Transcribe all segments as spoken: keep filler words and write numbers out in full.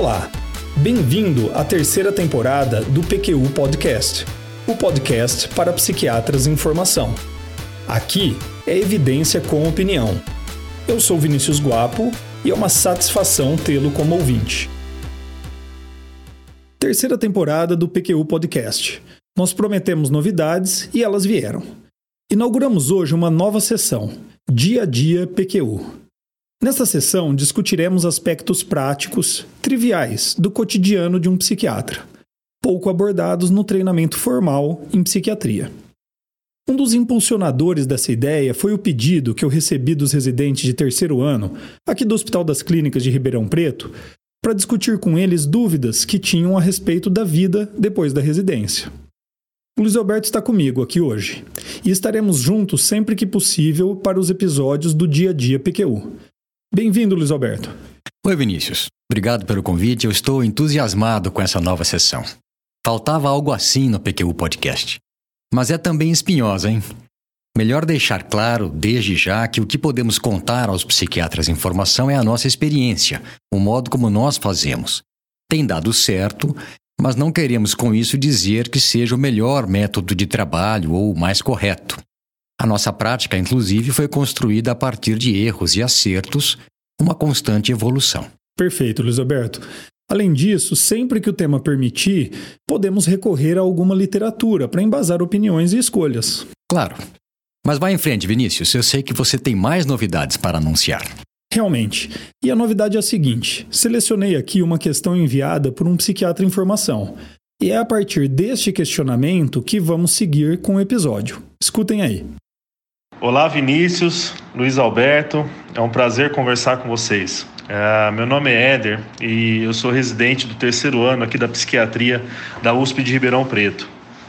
Olá, bem-vindo à terceira temporada do P Q U Podcast, o podcast para psiquiatras em formação. Aqui é evidência com opinião. Eu sou Vinícius Guapo e é uma satisfação tê-lo como ouvinte. Terceira temporada do P Q U Podcast. Nós prometemos novidades e elas vieram. Inauguramos hoje uma nova sessão, Dia a Dia P Q U. Nesta sessão, discutiremos aspectos práticos, triviais, do cotidiano de um psiquiatra, pouco abordados no treinamento formal em psiquiatria. Um dos impulsionadores dessa ideia foi o pedido que eu recebi dos residentes de terceiro ano, aqui do Hospital das Clínicas de Ribeirão Preto, para discutir com eles dúvidas que tinham a respeito da vida depois da residência. O Luiz Alberto está comigo aqui hoje, e estaremos juntos sempre que possível para os episódios do Dia a Dia P Q U. Bem-vindo, Luiz Alberto. Oi, Vinícius. Obrigado pelo convite. Eu estou entusiasmado com essa nova sessão. Faltava algo assim no P Q U Podcast. Mas é também espinhosa, hein? Melhor deixar claro, desde já, que o que podemos contar aos psiquiatras em formação é a nossa experiência, o modo como nós fazemos. Tem dado certo, mas não queremos com isso dizer que seja o melhor método de trabalho ou o mais correto. A nossa prática, inclusive, foi construída a partir de erros e acertos, uma constante evolução. Perfeito, Luiz Alberto. Além disso, sempre que o tema permitir, podemos recorrer a alguma literatura para embasar opiniões e escolhas. Claro. Mas vá em frente, Vinícius. Eu sei que você tem mais novidades para anunciar. Realmente. E a novidade é a seguinte. Selecionei aqui uma questão enviada por um psiquiatra em formação. E é a partir deste questionamento que vamos seguir com o episódio. Escutem aí. Olá, Vinícius, Luiz Alberto, é um prazer conversar com vocês. É, meu nome é Éder e eu sou residente do terceiro ano aqui da psiquiatria da U S P de Ribeirão Preto.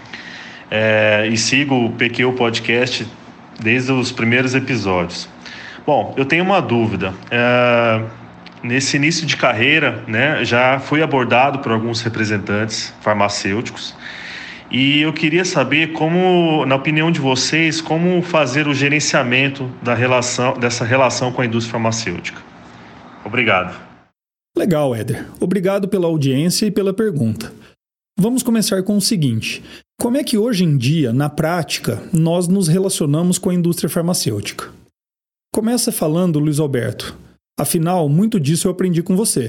É, e sigo o P Q U Podcast desde os primeiros episódios. Bom, eu tenho uma dúvida. É, nesse início de carreira, né, já fui abordado por alguns representantes farmacêuticos. E eu queria saber como, na opinião de vocês, como fazer o gerenciamento da relação, dessa relação com a indústria farmacêutica. Obrigado. Legal, Éder. Obrigado pela audiência e pela pergunta. Vamos começar com o seguinte. Como é que hoje em dia, na prática, nós nos relacionamos com a indústria farmacêutica? Começa falando, Luiz Alberto. Afinal, muito disso eu aprendi com você.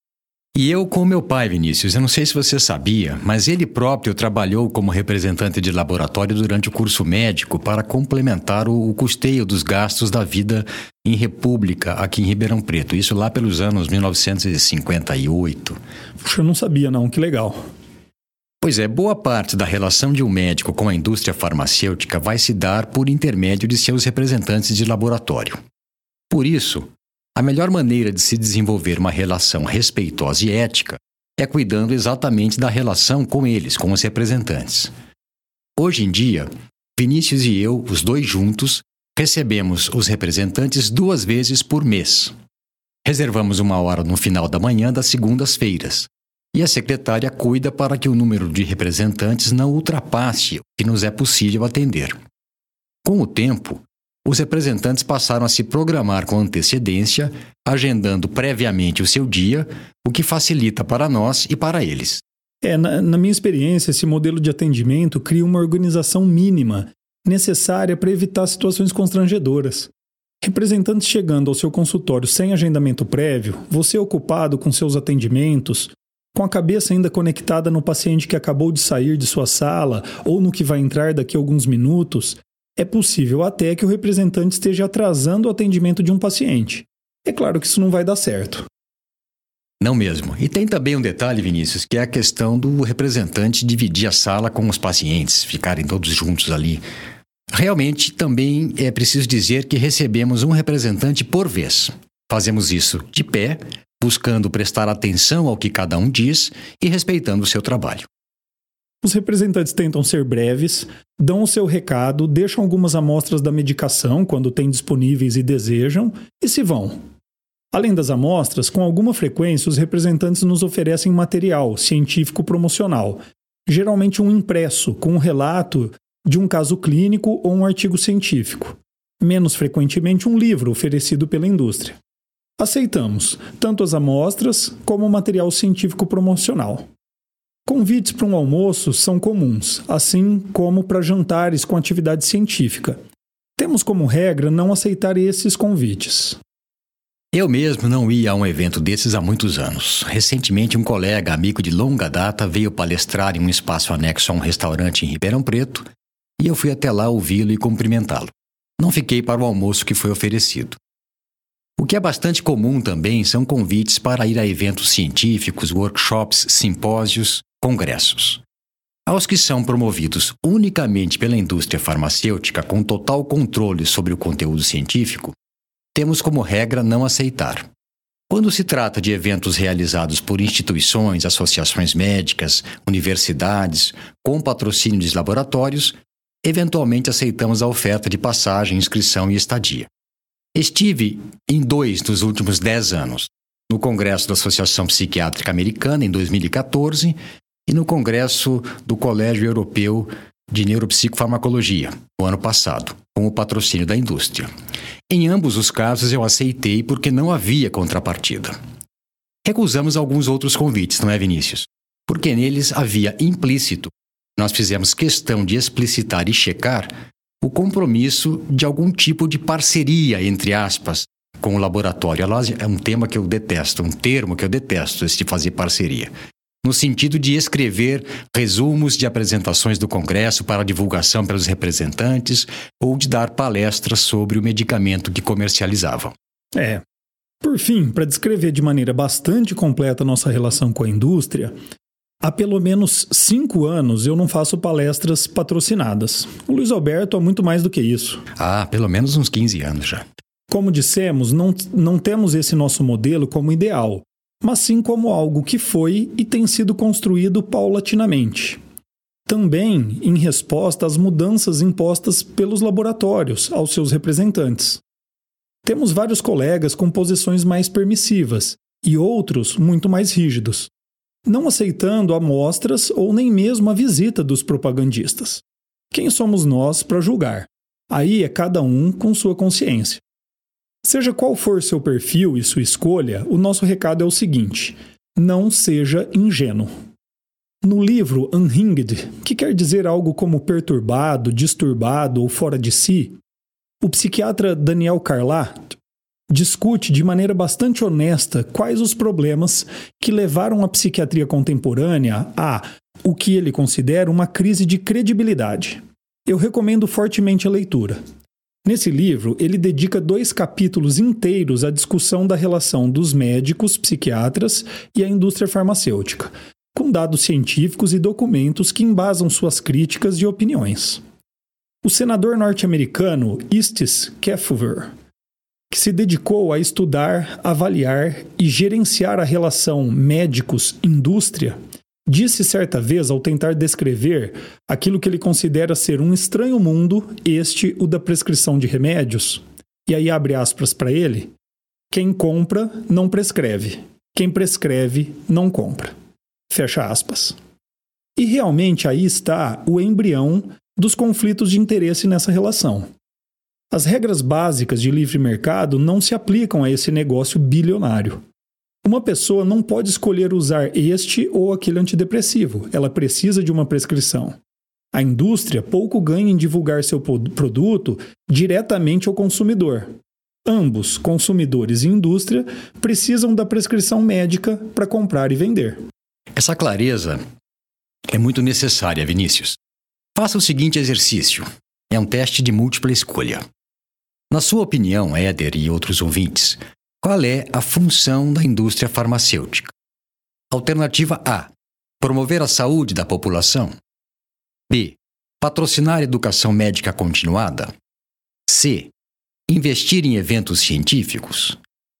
E eu com meu pai, Vinícius. Eu não sei se você sabia, mas ele próprio trabalhou como representante de laboratório durante o curso médico para complementar o, o custeio dos gastos da vida em república aqui em Ribeirão Preto. Isso lá pelos anos mil novecentos e cinquenta e oito. Puxa, eu não sabia não, que legal. Pois é, boa parte da relação de um médico com a indústria farmacêutica vai se dar por intermédio de seus representantes de laboratório. Por isso, a melhor maneira de se desenvolver uma relação respeitosa e ética é cuidando exatamente da relação com eles, com os representantes. Hoje em dia, Vinícius e eu, os dois juntos, recebemos os representantes duas vezes por mês. Reservamos uma hora no final da manhã das segundas-feiras, e a secretária cuida para que o número de representantes não ultrapasse o que nos é possível atender. Com o tempo, os representantes passaram a se programar com antecedência, agendando previamente o seu dia, o que facilita para nós e para eles. É, na, na minha experiência, esse modelo de atendimento cria uma organização mínima, necessária para evitar situações constrangedoras. Representantes chegando ao seu consultório sem agendamento prévio, você ocupado com seus atendimentos, com a cabeça ainda conectada no paciente que acabou de sair de sua sala ou no que vai entrar daqui a alguns minutos, é possível até que o representante esteja atrasando o atendimento de um paciente. É claro que isso não vai dar certo. Não mesmo. E tem também um detalhe, Vinícius, que é a questão do representante dividir a sala com os pacientes, ficarem todos juntos ali. Realmente, também é preciso dizer que recebemos um representante por vez. Fazemos isso de pé, buscando prestar atenção ao que cada um diz e respeitando o seu trabalho. Os representantes tentam ser breves, dão o seu recado, deixam algumas amostras da medicação quando têm disponíveis e desejam, e se vão. Além das amostras, com alguma frequência os representantes nos oferecem material científico promocional, geralmente um impresso com um relato de um caso clínico ou um artigo científico. Menos frequentemente um livro oferecido pela indústria. Aceitamos tanto as amostras como o material científico promocional. Convites para um almoço são comuns, assim como para jantares com atividade científica. Temos como regra não aceitar esses convites. Eu mesmo não ia a um evento desses há muitos anos. Recentemente, um colega, amigo de longa data, veio palestrar em um espaço anexo a um restaurante em Ribeirão Preto e eu fui até lá ouvi-lo e cumprimentá-lo. Não fiquei para o almoço que foi oferecido. O que é bastante comum também são convites para ir a eventos científicos, workshops, simpósios, congressos. Aos que são promovidos unicamente pela indústria farmacêutica com total controle sobre o conteúdo científico, temos como regra não aceitar. Quando se trata de eventos realizados por instituições, associações médicas, universidades, com patrocínio de laboratórios, eventualmente aceitamos a oferta de passagem, inscrição e estadia. Estive em dois dos últimos dez anos, no Congresso da Associação Psiquiátrica Americana, em dois mil e quatorze, e no Congresso do Colégio Europeu de Neuropsicofarmacologia, no ano passado, com o patrocínio da indústria. Em ambos os casos eu aceitei porque não havia contrapartida. Recusamos alguns outros convites, não é, Vinícius? Porque neles havia implícito. Nós fizemos questão de explicitar e checar o compromisso de algum tipo de parceria, entre aspas, com o laboratório. Aliás, é um tema que eu detesto, um termo que eu detesto, esse de fazer parceria. No sentido de escrever resumos de apresentações do Congresso para divulgação pelos representantes ou de dar palestras sobre o medicamento que comercializavam. É. Por fim, para descrever de maneira bastante completa a nossa relação com a indústria, há pelo menos cinco anos eu não faço palestras patrocinadas. O Luiz Alberto há muito mais do que isso. Ah, pelo menos uns quinze anos já. Como dissemos, não, não temos esse nosso modelo como ideal, mas sim como algo que foi e tem sido construído paulatinamente. Também em resposta às mudanças impostas pelos laboratórios aos seus representantes. Temos vários colegas com posições mais permissivas e outros muito mais rígidos, não aceitando amostras ou nem mesmo a visita dos propagandistas. Quem somos nós para julgar? Aí é cada um com sua consciência. Seja qual for seu perfil e sua escolha, o nosso recado é o seguinte: não seja ingênuo. No livro Unhinged, que quer dizer algo como perturbado, disturbado ou fora de si, o psiquiatra Daniel Carlat discute de maneira bastante honesta quais os problemas que levaram a psiquiatria contemporânea a o que ele considera uma crise de credibilidade. Eu recomendo fortemente a leitura. Nesse livro, ele dedica dois capítulos inteiros à discussão da relação dos médicos, psiquiatras e a indústria farmacêutica, com dados científicos e documentos que embasam suas críticas e opiniões. O senador norte-americano Estes Kefauver, que se dedicou a estudar, avaliar e gerenciar a relação médicos-indústria, disse certa vez ao tentar descrever aquilo que ele considera ser um estranho mundo, este o da prescrição de remédios, e aí abre aspas para ele: quem compra não prescreve, quem prescreve não compra. Fecha aspas. E realmente aí está o embrião dos conflitos de interesse nessa relação. As regras básicas de livre mercado não se aplicam a esse negócio bilionário. Uma pessoa não pode escolher usar este ou aquele antidepressivo, ela precisa de uma prescrição. A indústria pouco ganha em divulgar seu produto diretamente ao consumidor. Ambos, consumidores e indústria, precisam da prescrição médica para comprar e vender. Essa clareza é muito necessária, Vinícius. Faça o seguinte exercício. É um teste de múltipla escolha. Na sua opinião, Éder e outros ouvintes, qual é a função da indústria farmacêutica? Alternativa A. Promover a saúde da população. B. Patrocinar a educação médica continuada. C. Investir em eventos científicos.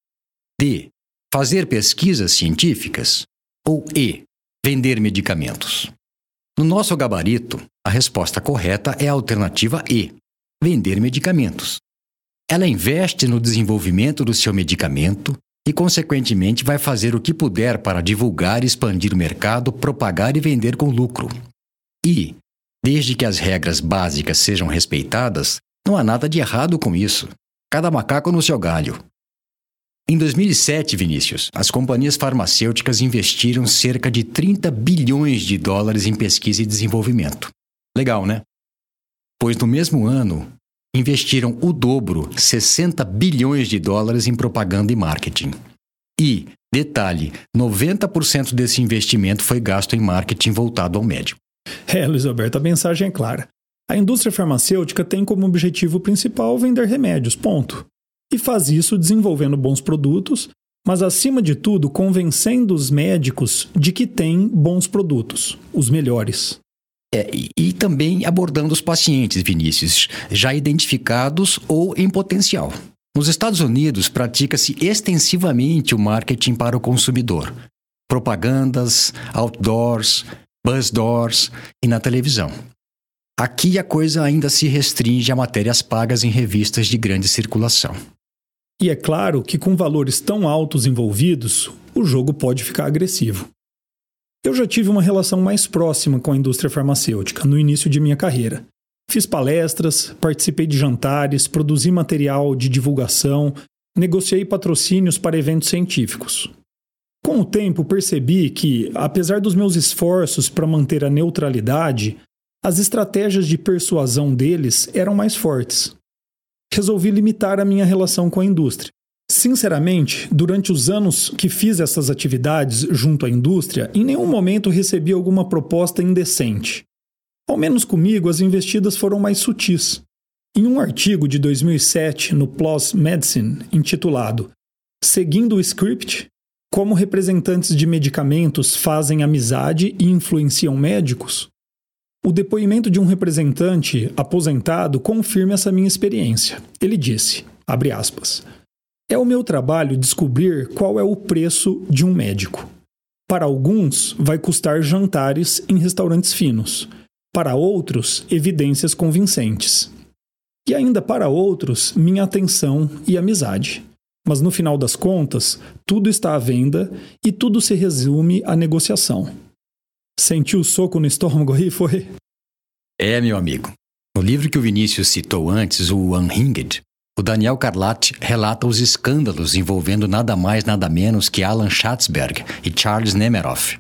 D. Fazer pesquisas científicas. Ou E. Vender medicamentos. No nosso gabarito, a resposta correta é a alternativa E. Vender medicamentos. Ela investe no desenvolvimento do seu medicamento e, consequentemente, vai fazer o que puder para divulgar, expandir o mercado, propagar e vender com lucro. E, desde que as regras básicas sejam respeitadas, não há nada de errado com isso. Cada macaco no seu galho. Em dois mil e sete, Vinícius, as companhias farmacêuticas investiram cerca de trinta bilhões de dólares em pesquisa e desenvolvimento. Legal, né? Pois no mesmo ano, investiram o dobro, sessenta bilhões de dólares em propaganda e marketing. E, detalhe, noventa por cento desse investimento foi gasto em marketing voltado ao médico. É, Luiz Alberto, a mensagem é clara. A indústria farmacêutica tem como objetivo principal vender remédios, ponto. E faz isso desenvolvendo bons produtos, mas acima de tudo convencendo os médicos de que tem bons produtos, os melhores. É, e, e também abordando os pacientes, Vinícius, já identificados ou em potencial. Nos Estados Unidos, pratica-se extensivamente o marketing para o consumidor. Propagandas, outdoors, buzzdoors e na televisão. Aqui a coisa ainda se restringe a matérias pagas em revistas de grande circulação. E é claro que com valores tão altos envolvidos, o jogo pode ficar agressivo. Eu já tive uma relação mais próxima com a indústria farmacêutica no início de minha carreira. Fiz palestras, participei de jantares, produzi material de divulgação, negociei patrocínios para eventos científicos. Com o tempo percebi que, apesar dos meus esforços para manter a neutralidade, as estratégias de persuasão deles eram mais fortes. Resolvi limitar a minha relação com a indústria. Sinceramente, durante os anos que fiz essas atividades junto à indústria, em nenhum momento recebi alguma proposta indecente. Ao menos comigo, as investidas foram mais sutis. Em um artigo de dois mil e sete no P L O S Medicine, intitulado Seguindo o Script, como representantes de medicamentos fazem amizade e influenciam médicos, o depoimento de um representante aposentado confirma essa minha experiência. Ele disse, abre aspas, é o meu trabalho descobrir qual é o preço de um médico. Para alguns, vai custar jantares em restaurantes finos. Para outros, evidências convincentes. E ainda para outros, minha atenção e amizade. Mas no final das contas, tudo está à venda e tudo se resume à negociação. Sentiu o soco no estômago aí, foi? É, meu amigo. No livro que o Vinícius citou antes, o Unhinged, o Daniel Carlatti relata os escândalos envolvendo nada mais nada menos que Alan Schatzberg e Charles Nemeroff.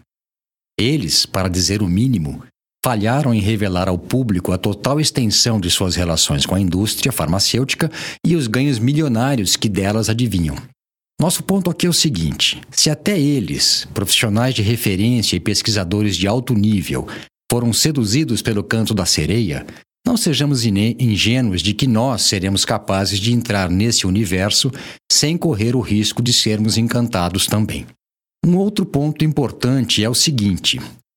Eles, para dizer o mínimo, falharam em revelar ao público a total extensão de suas relações com a indústria farmacêutica e os ganhos milionários que delas adivinham. Nosso ponto aqui é o seguinte: se até eles, profissionais de referência e pesquisadores de alto nível, foram seduzidos pelo canto da sereia, não sejamos ingênuos de que nós seremos capazes de entrar nesse universo sem correr o risco de sermos encantados também. Um outro ponto importante é o seguinte: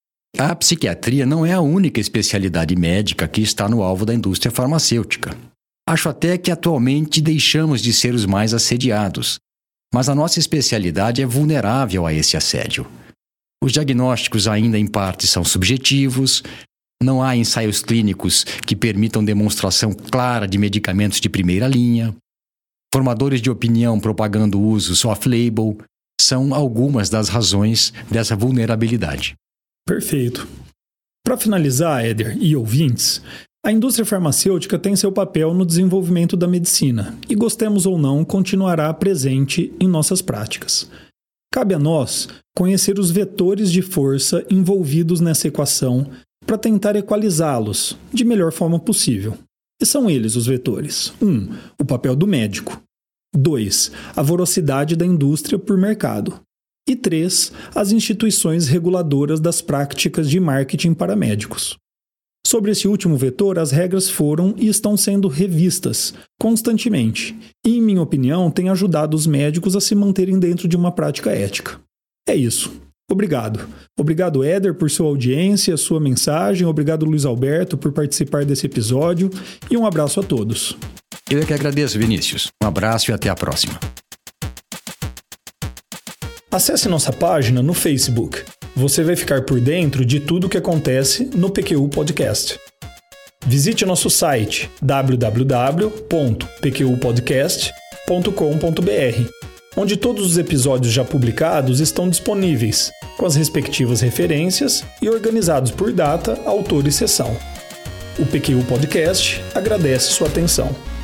a psiquiatria não é a única especialidade médica que está no alvo da indústria farmacêutica. Acho até que atualmente deixamos de ser os mais assediados, mas a nossa especialidade é vulnerável a esse assédio. Os diagnósticos ainda em parte são subjetivos, não há ensaios clínicos que permitam demonstração clara de medicamentos de primeira linha, formadores de opinião propagando o uso off-label são algumas das razões dessa vulnerabilidade. Perfeito. Para finalizar, Éder e ouvintes, a indústria farmacêutica tem seu papel no desenvolvimento da medicina e, gostemos ou não, continuará presente em nossas práticas. Cabe a nós conhecer os vetores de força envolvidos nessa equação para tentar equalizá-los de melhor forma possível. E são eles os vetores. um. O papel do médico. dois. A voracidade da indústria por mercado. E três. As instituições reguladoras das práticas de marketing para médicos. Sobre esse último vetor, as regras foram e estão sendo revistas constantemente e, em minha opinião, tem ajudado os médicos a se manterem dentro de uma prática ética. É isso. Obrigado. Obrigado, Éder, por sua audiência, sua mensagem. Obrigado, Luiz Alberto, por participar desse episódio. E um abraço a todos. Eu é que agradeço, Vinícius. Um abraço e até a próxima. Acesse nossa página no Facebook. Você vai ficar por dentro de tudo o que acontece no P Q U Podcast. Visite nosso site w w w ponto p q u podcast ponto com ponto b r, onde todos os episódios já publicados estão disponíveis, com as respectivas referências e organizados por data, autor e sessão. O P Q U Podcast agradece sua atenção.